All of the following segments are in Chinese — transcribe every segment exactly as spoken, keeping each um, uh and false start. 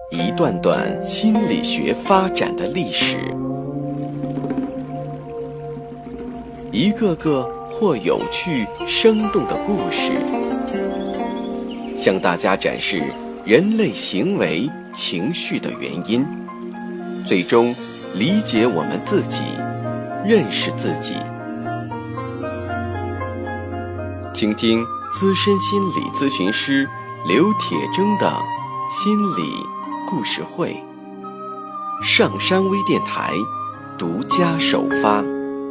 一段段心理学发展的历史，一个个或有趣生动的故事，向大家展示人类行为情绪的原因，最终理解我们自己，认识自己。请听资深心理咨询师刘铁铮的心理故事会，上山微电台独家首发。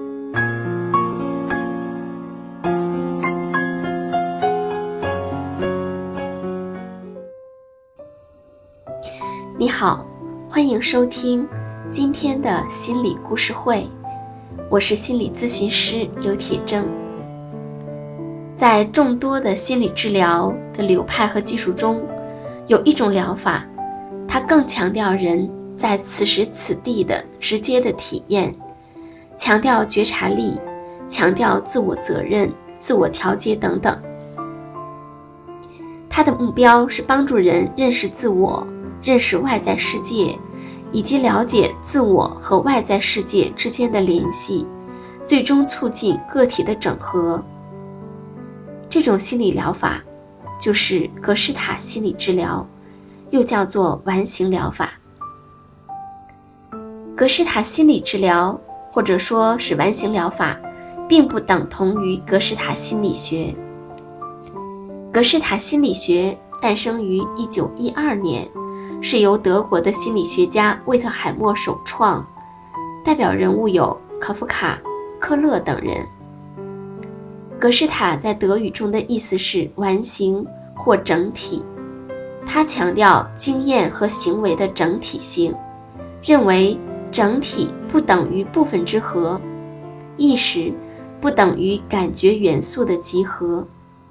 你好，欢迎收听今天的心理故事会，我是心理咨询师刘铁铮。在众多的心理治疗的流派和技术中，有一种疗法，它更强调人在此时此地的直接的体验，强调觉察力，强调自我责任、自我调节等等。它的目标是帮助人认识自我，认识外在世界，以及了解自我和外在世界之间的联系，最终促进个体的整合。这种心理疗法就是格式塔心理治疗，又叫做完形疗法。格式塔心理治疗或者说是完形疗法，并不等同于格式塔心理学。格式塔心理学诞生于一九一二年，是由德国的心理学家魏特海默首创，代表人物有考夫卡、克勒等人。格式塔在德语中的意思是完形或整体，它强调经验和行为的整体性，认为整体不等于部分之和，意识不等于感觉元素的集合。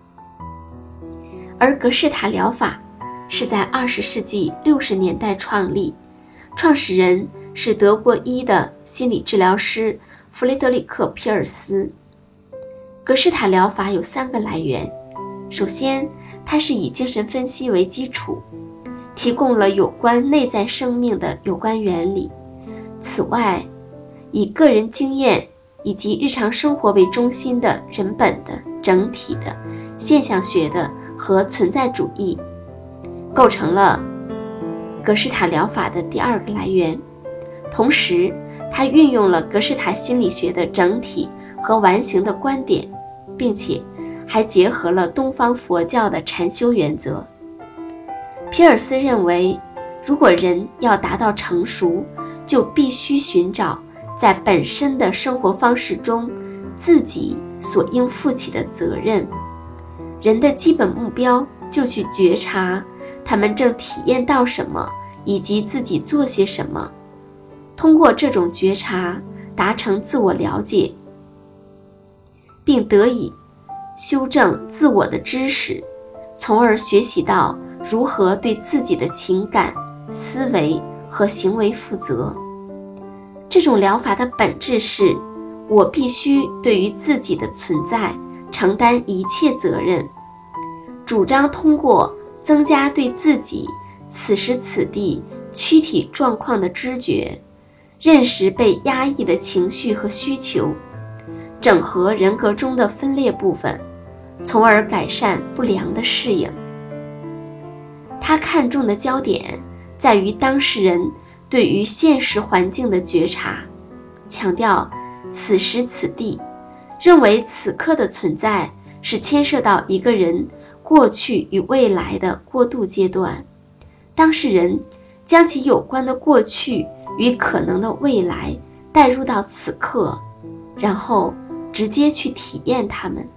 而格式塔疗法是在二十世纪六十年代创立，创始人是德国一的心理治疗师弗雷德里克·皮尔斯。格式塔疗法有三个来源，首先，它是以精神分析为基础，提供了有关内在生命的有关原理。此外，以个人经验以及日常生活为中心的人本的、整体的、现象学的和存在主义，构成了格式塔疗法的第二个来源。同时，它运用了格式塔心理学的整体和完形的观点，并且还结合了东方佛教的禅修原则。皮尔斯认为，如果人要达到成熟，就必须寻找在本身的生活方式中自己所应负起的责任。人的基本目标就去觉察他们正体验到什么，以及自己做些什么。通过这种觉察，达成自我了解，并得以修正自我的知识，从而学习到如何对自己的情感、思维和行为负责。这种疗法的本质是，我必须对于自己的存在承担一切责任，主张通过增加对自己此时此地躯体状况的知觉，认识被压抑的情绪和需求，整合人格中的分裂部分，从而改善不良的适应。他看重的焦点在于当事人对于现实环境的觉察，强调此时此地，认为此刻的存在是牵涉到一个人过去与未来的过渡阶段，当事人将其有关的过去与可能的未来带入到此刻，然后直接去体验它们。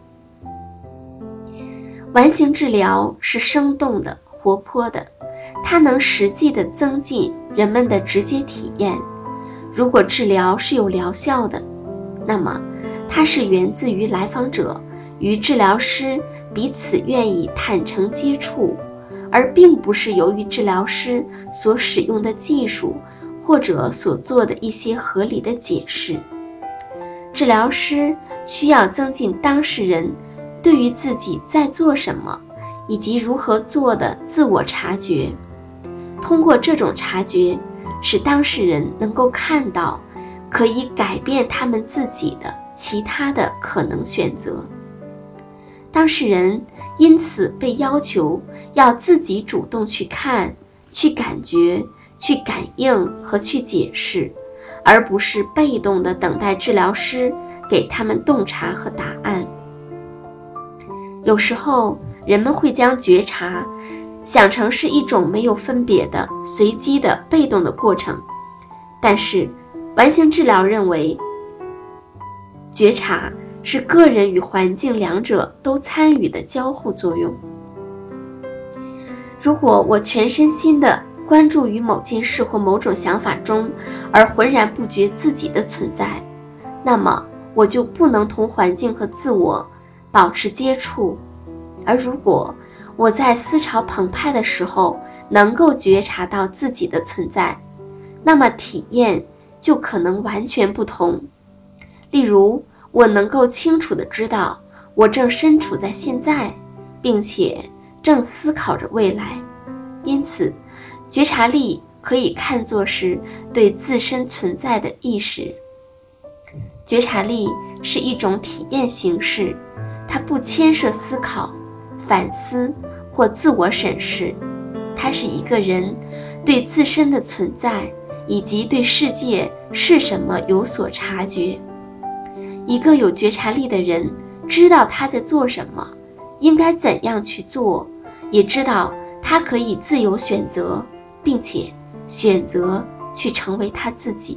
完形治疗是生动的、活泼的，它能实际地增进人们的直接体验。如果治疗是有疗效的，那么它是源自于来访者与治疗师彼此愿意坦诚接触，而并不是由于治疗师所使用的技术或者所做的一些合理的解释。治疗师需要增进当事人对于自己在做什么以及如何做的自我察觉。 通过这种察觉，使当事人能够看到可以改变他们自己的其他的可能选择。当事人因此被要求要自己主动去看、去感觉、去感应和去解释，而不是被动地等待治疗师给他们洞察和答案。有时候人们会将觉察想成是一种没有分别的、随机的、被动的过程，但是完形治疗认为，觉察是个人与环境两者都参与的交互作用。如果我全身心地关注于某件事或某种想法中，而浑然不觉自己的存在，那么我就不能同环境和自我保持接触。而如果我在思潮澎湃的时候能够觉察到自己的存在，那么体验就可能完全不同。例如，我能够清楚地知道我正身处在现在，并且正思考着未来。因此，觉察力可以看作是对自身存在的意识。觉察力是一种体验形式，它不牵涉思考、反思或自我审视，它是一个人对自身的存在以及对世界是什么有所察觉。一个有觉察力的人知道他在做什么，应该怎样去做，也知道他可以自由选择，并且选择去成为他自己。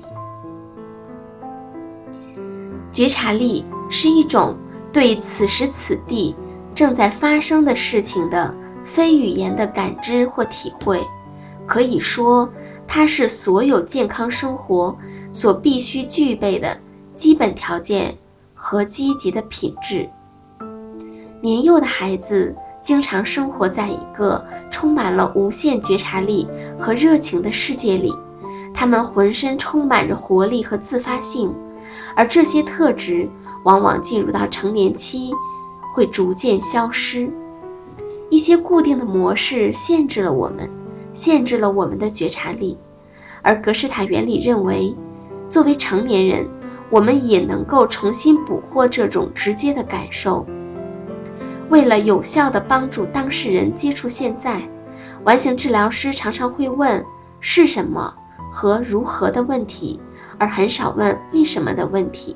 觉察力是一种对此时此地正在发生的事情的非语言的感知或体会，可以说它是所有健康生活所必须具备的基本条件和积极的品质。年幼的孩子经常生活在一个充满了无限觉察力和热情的世界里，他们浑身充满着活力和自发性，而这些特质往往进入到成年期会逐渐消失。一些固定的模式限制了我们，限制了我们的觉察力，而格式塔原理认为，作为成年人，我们也能够重新捕获这种直接的感受。为了有效地帮助当事人接触现在，完形治疗师常常会问是什么和如何的问题，而很少问为什么的问题。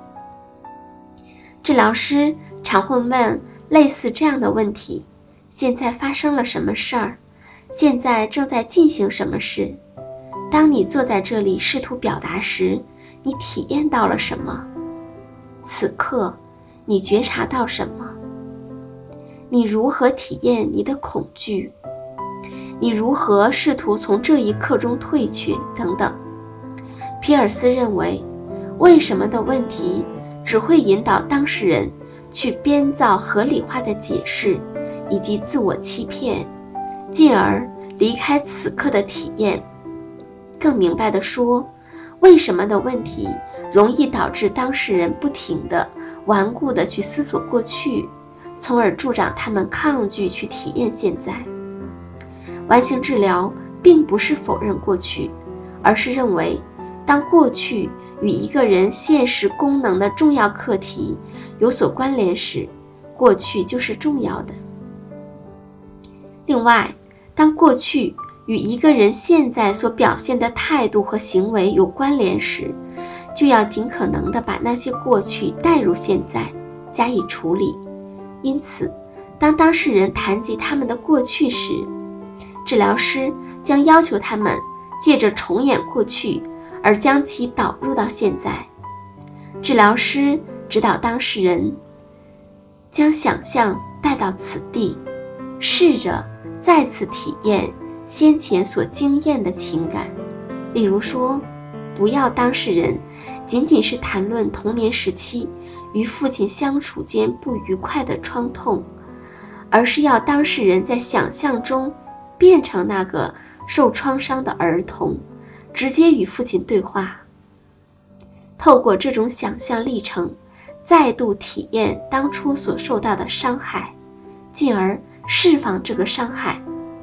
治疗师常会问类似这样的问题：现在发生了什么事儿？现在正在进行什么事？当你坐在这里试图表达时，你体验到了什么？此刻，你觉察到什么？你如何体验你的恐惧？你如何试图从这一刻中退却？等等。皮尔斯认为，为什么的问题只会引导当事人去编造合理化的解释以及自我欺骗，进而离开此刻的体验。更明白地说，为什么的问题容易导致当事人不停地、顽固地去思索过去，从而助长他们抗拒去体验现在。完形治疗并不是否认过去，而是认为当过去与一个人现实功能的重要课题有所关联时，过去就是重要的。另外，当过去与一个人现在所表现的态度和行为有关联时，就要尽可能地把那些过去带入现在，加以处理。因此，当当事人谈及他们的过去时，治疗师将要求他们借着重演过去而将其导入到现在。治疗师指导当事人将想象带到此地，试着再次体验先前所经验的情感。例如说，不要当事人仅仅是谈论童年时期与父亲相处间不愉快的创痛，而是要当事人在想象中变成那个受创伤的儿童，直接与父亲对话。透过这种想象历程，再度体验当初所受到的伤害，进而释放这个伤害。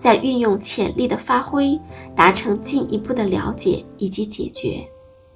再运用潜力的发挥，达成进一步的了解以及解决。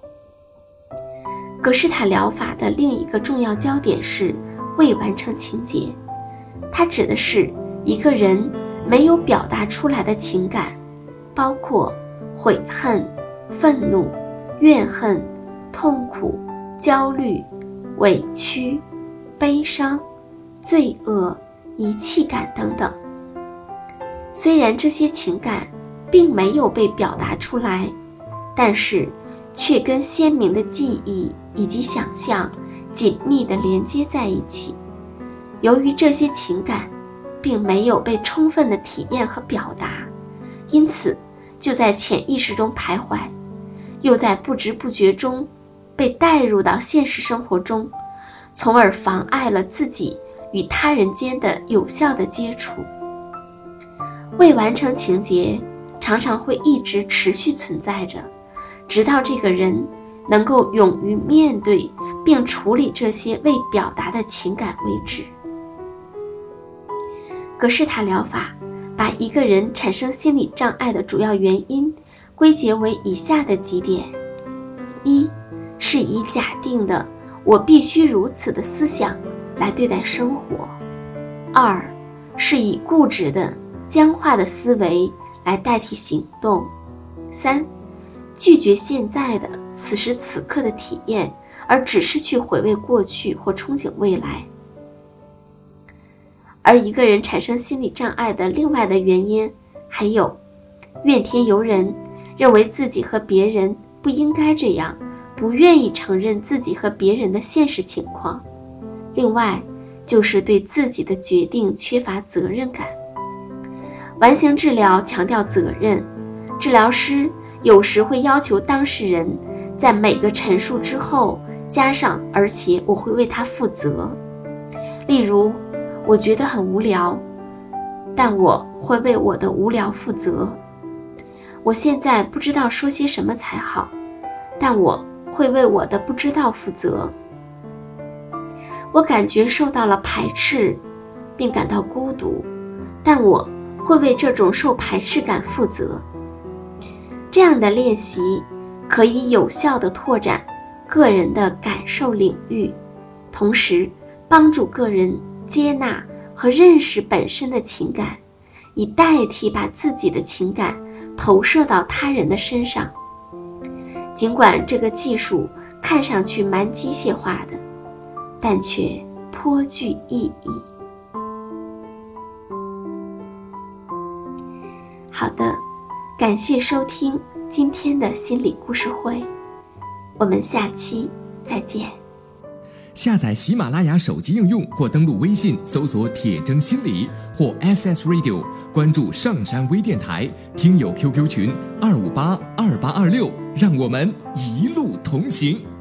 格式塔疗法的另一个重要焦点是未完成情节，它指的是一个人没有表达出来的情感，包括悔恨、愤怒、怨恨、痛苦、焦虑、委屈、悲伤、罪恶、遗弃感等等。虽然这些情感并没有被表达出来，但是却跟鲜明的记忆以及想象紧密地连接在一起。由于这些情感并没有被充分的体验和表达，因此就在潜意识中徘徊，又在不知不觉中被带入到现实生活中，从而妨碍了自己与他人间的有效的接触。未完成情节常常会一直持续存在着，直到这个人能够勇于面对并处理这些未表达的情感为止。格式塔疗法把一个人产生心理障碍的主要原因归结为以下的几点：一是以假定的我必须如此的思想来对待生活；二是以固执的僵化的思维来代替行动；三拒绝现在的此时此刻的体验，而只是去回味过去或憧憬未来。而一个人产生心理障碍的另外的原因还有怨天尤人，认为自己和别人不应该这样，不愿意承认自己和别人的现实情况。另外就是对自己的决定缺乏责任感。完形治疗强调责任，治疗师有时会要求当事人在每个陈述之后加上而且我会为他负责。例如，我觉得很无聊，但我会为我的无聊负责。我现在不知道说些什么才好，但我会为我的不知道负责。我感觉受到了排斥，并感到孤独，但我会为这种受排斥感负责。这样的练习可以有效地拓展个人的感受领域，同时帮助个人接纳和认识本身的情感，以代替把自己的情感投射到他人的身上。尽管这个技术看上去蛮机械化的，但却颇具意义。好的，感谢收听今天的心理故事会，我们下期再见。 下载喜马拉雅手机应用或登录微信搜索铁铮心理或 S S Radio， 关注上山微电台，听友 Q Q 群二五八二八二六，让我们一路同行。